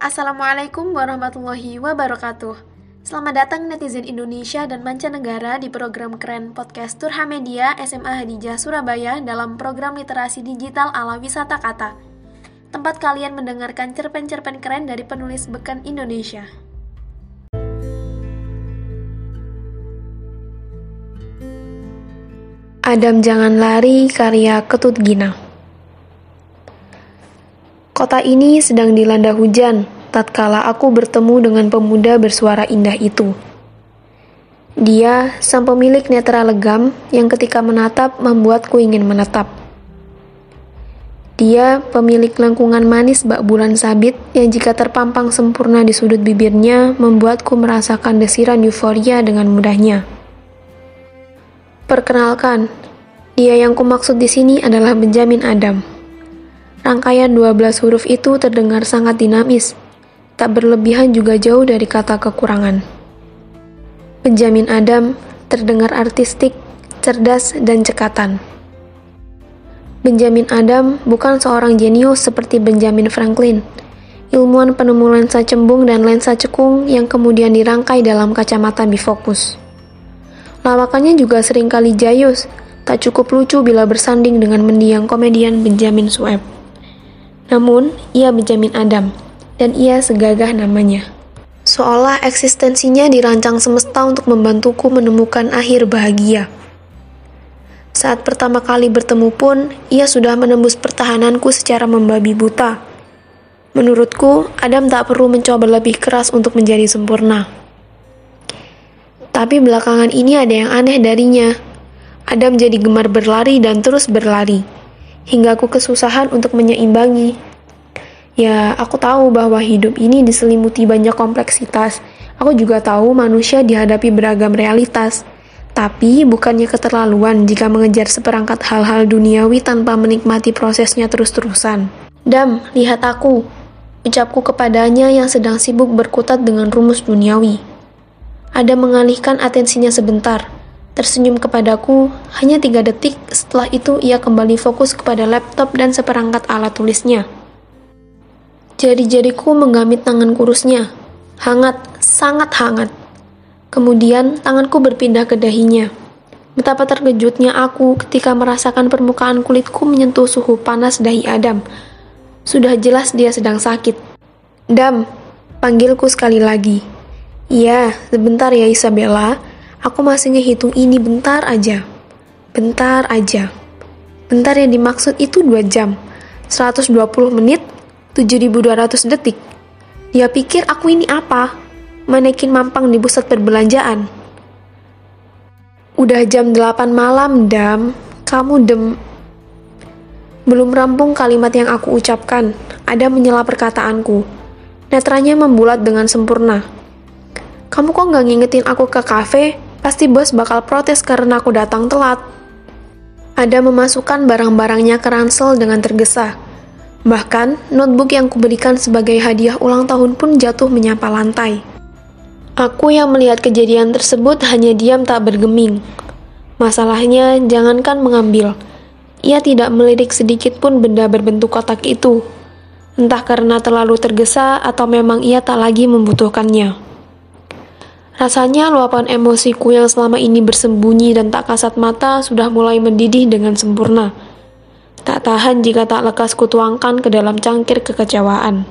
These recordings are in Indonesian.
Assalamualaikum warahmatullahi wabarakatuh. Selamat datang netizen Indonesia dan mancanegara di program keren podcast Turha Media SMA Hadijah Surabaya dalam program literasi digital ala wisata kata. Tempat kalian mendengarkan cerpen-cerpen keren dari penulis beken Indonesia. Adam Jangan Lari karya Ketut Gina. Kota ini sedang dilanda hujan, tatkala aku bertemu dengan pemuda bersuara indah itu. Dia, sang pemilik netra legam, yang ketika menatap membuatku ingin menetap. Dia, pemilik lengkungan manis bak bulan sabit, yang jika terpampang sempurna di sudut bibirnya, membuatku merasakan desiran euforia dengan mudahnya. Perkenalkan, dia yang kumaksud di sini adalah Benjamin Adam. Rangkaian 12 huruf itu terdengar sangat dinamis, tak berlebihan juga jauh dari kata kekurangan. Benjamin Adam terdengar artistik, cerdas, dan cekatan. Benjamin Adam bukan seorang jenius seperti Benjamin Franklin, ilmuwan penemu lensa cembung dan lensa cekung yang kemudian dirangkai dalam kacamata bifokus. Lawakannya juga seringkali jayus, tak cukup lucu bila bersanding dengan mendiang komedian Benjamin Sueb. Namun, ia Benjamin Adam, dan ia segagah namanya. Seolah eksistensinya dirancang semesta untuk membantuku menemukan akhir bahagia. Saat pertama kali bertemu pun, ia sudah menembus pertahananku secara membabi buta. Menurutku, Adam tak perlu mencoba lebih keras untuk menjadi sempurna. Tapi belakangan ini ada yang aneh darinya. Adam jadi gemar berlari dan terus berlari, hingga aku kesusahan untuk menyeimbangi. Ya, aku tahu bahwa hidup ini diselimuti banyak kompleksitas. Aku juga tahu manusia dihadapi beragam realitas. Tapi, bukannya keterlaluan jika mengejar seperangkat hal-hal duniawi tanpa menikmati prosesnya terus-terusan. Dam, lihat aku, ucapku kepadanya yang sedang sibuk berkutat dengan rumus duniawi. Adam mengalihkan atensinya sebentar, tersenyum kepadaku hanya 3 detik, setelah itu ia kembali fokus kepada laptop dan seperangkat alat tulisnya. Jari-jariku menggamit tangan kurusnya, hangat, sangat hangat. Kemudian tanganku berpindah ke dahinya. Betapa terkejutnya aku ketika merasakan permukaan kulitku menyentuh suhu panas dahi Adam. Sudah jelas dia sedang sakit. Dam, panggilku sekali lagi. Iya, sebentar ya Isabella. Aku masih ngehitung ini bentar aja. Bentar aja. Bentar yang dimaksud itu 2 jam. 120 menit, 7.200 detik. Dia pikir aku ini apa? Manekin mampang di pusat perbelanjaan. Udah jam 8 malam, Dam. Kamu Belum rampung kalimat yang aku ucapkan. Ada menyela perkataanku. Netranya membulat dengan sempurna. Kamu kok nggak ngingetin aku ke kafe? Pasti bos bakal protes karena aku datang telat. Ada memasukkan barang-barangnya ke ransel dengan tergesa. Bahkan, notebook yang kuberikan sebagai hadiah ulang tahun pun jatuh menyapa lantai. Aku yang melihat kejadian tersebut hanya diam tak bergeming. Masalahnya, jangankan mengambil. Ia tidak melirik sedikit pun benda berbentuk kotak itu. Entah karena terlalu tergesa atau memang ia tak lagi membutuhkannya. Rasanya luapan emosiku yang selama ini bersembunyi dan tak kasat mata sudah mulai mendidih dengan sempurna. Tak tahan jika tak lekas kutuangkan ke dalam cangkir kekecewaan.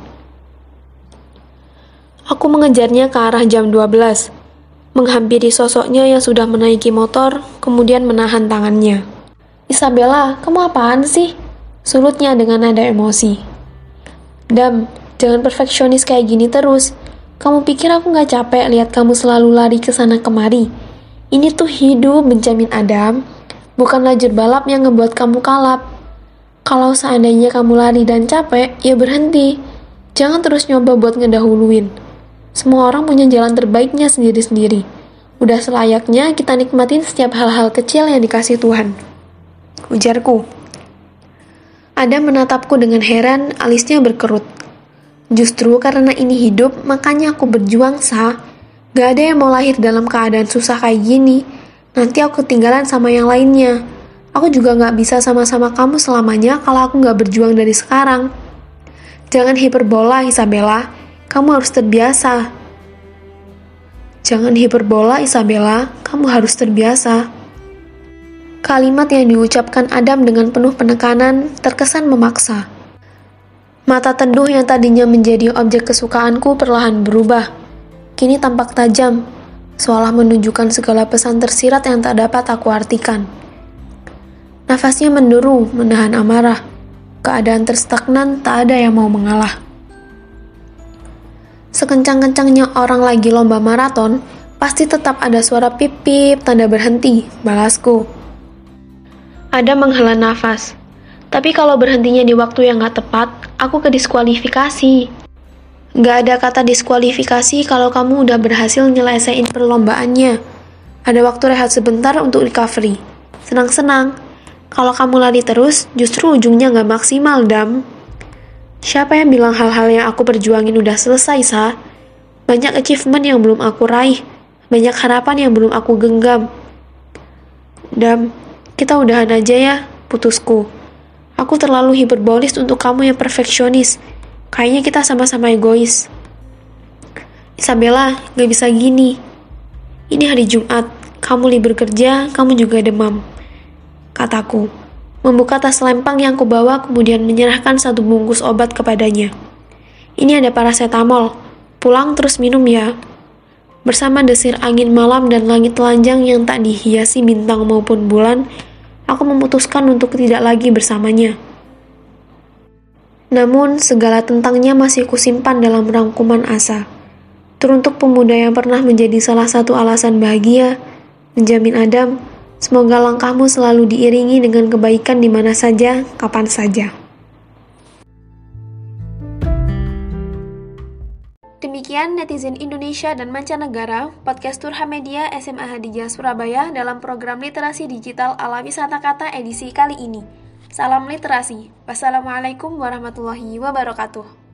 Aku mengejarnya ke arah jam 12, menghampiri sosoknya yang sudah menaiki motor, kemudian menahan tangannya. Isabella, kamu apaan sih? Sulutnya dengan nada emosi. Dam, jangan perfeksionis kayak gini terus. Kamu pikir aku gak capek lihat kamu selalu lari ke sana kemari? Ini tuh hidup, Benjamin Adam. Bukan lajur balap yang ngebuat kamu kalap. Kalau seandainya kamu lari dan capek, ya berhenti. Jangan terus nyoba buat ngedahuluin. Semua orang punya jalan terbaiknya sendiri-sendiri. Udah selayaknya kita nikmatin setiap hal-hal kecil yang dikasih Tuhan. Ujarku. Adam menatapku dengan heran, alisnya berkerut. Justru karena ini hidup, makanya aku berjuang, Sa. Gak ada yang mau lahir dalam keadaan susah kayak gini. Nanti aku ketinggalan sama yang lainnya. Aku juga gak bisa sama-sama kamu selamanya kalau aku gak berjuang dari sekarang. Jangan hiperbola, Isabella. Kamu harus terbiasa. Jangan hiperbola, Isabella. Kamu harus terbiasa. Kalimat yang diucapkan Adam dengan penuh penekanan terkesan memaksa. Mata teduh yang tadinya menjadi objek kesukaanku perlahan berubah. Kini tampak tajam, seolah menunjukkan segala pesan tersirat yang tak dapat aku artikan. Nafasnya menderu, menahan amarah. Keadaan terstagnan, tak ada yang mau mengalah. Sekencang-kencangnya orang lagi lomba maraton, pasti tetap ada suara pip-pip tanda berhenti, balasku. Ada menghela nafas. Tapi kalau berhentinya di waktu yang gak tepat, aku kediskualifikasi. Gak ada kata diskualifikasi kalau kamu udah berhasil nyelesain perlombaannya. Ada waktu rehat sebentar untuk recovery. Senang-senang. Kalau kamu lari terus, justru ujungnya gak maksimal, Dam. Siapa yang bilang hal-hal yang aku perjuangin udah selesai, Sa? Banyak achievement yang belum aku raih. Banyak harapan yang belum aku genggam. Dam, kita udahan aja ya, putusku. Aku terlalu hiperbolis untuk kamu yang perfeksionis. Kayaknya kita sama-sama egois. Isabella, gak bisa gini. Ini hari Jumat, kamu libur kerja, kamu juga demam. Kataku, membuka tas lempang yang kubawa kemudian menyerahkan satu bungkus obat kepadanya. Ini ada paracetamol, pulang terus minum ya. Bersama desir angin malam dan langit telanjang yang tak dihiasi bintang maupun bulan, aku memutuskan untuk tidak lagi bersamanya. Namun, segala tentangnya masih kusimpan dalam rangkuman asa. Teruntuk pemuda yang pernah menjadi salah satu alasan bahagia, menjamin Adam, semoga langkahmu selalu diiringi dengan kebaikan di mana saja, kapan saja. Demikian netizen Indonesia dan mancanegara, podcast Turha Media SMA Hadijah Surabaya dalam program literasi digital ala wisata kata edisi kali ini. Salam literasi. Wassalamualaikum warahmatullahi wabarakatuh.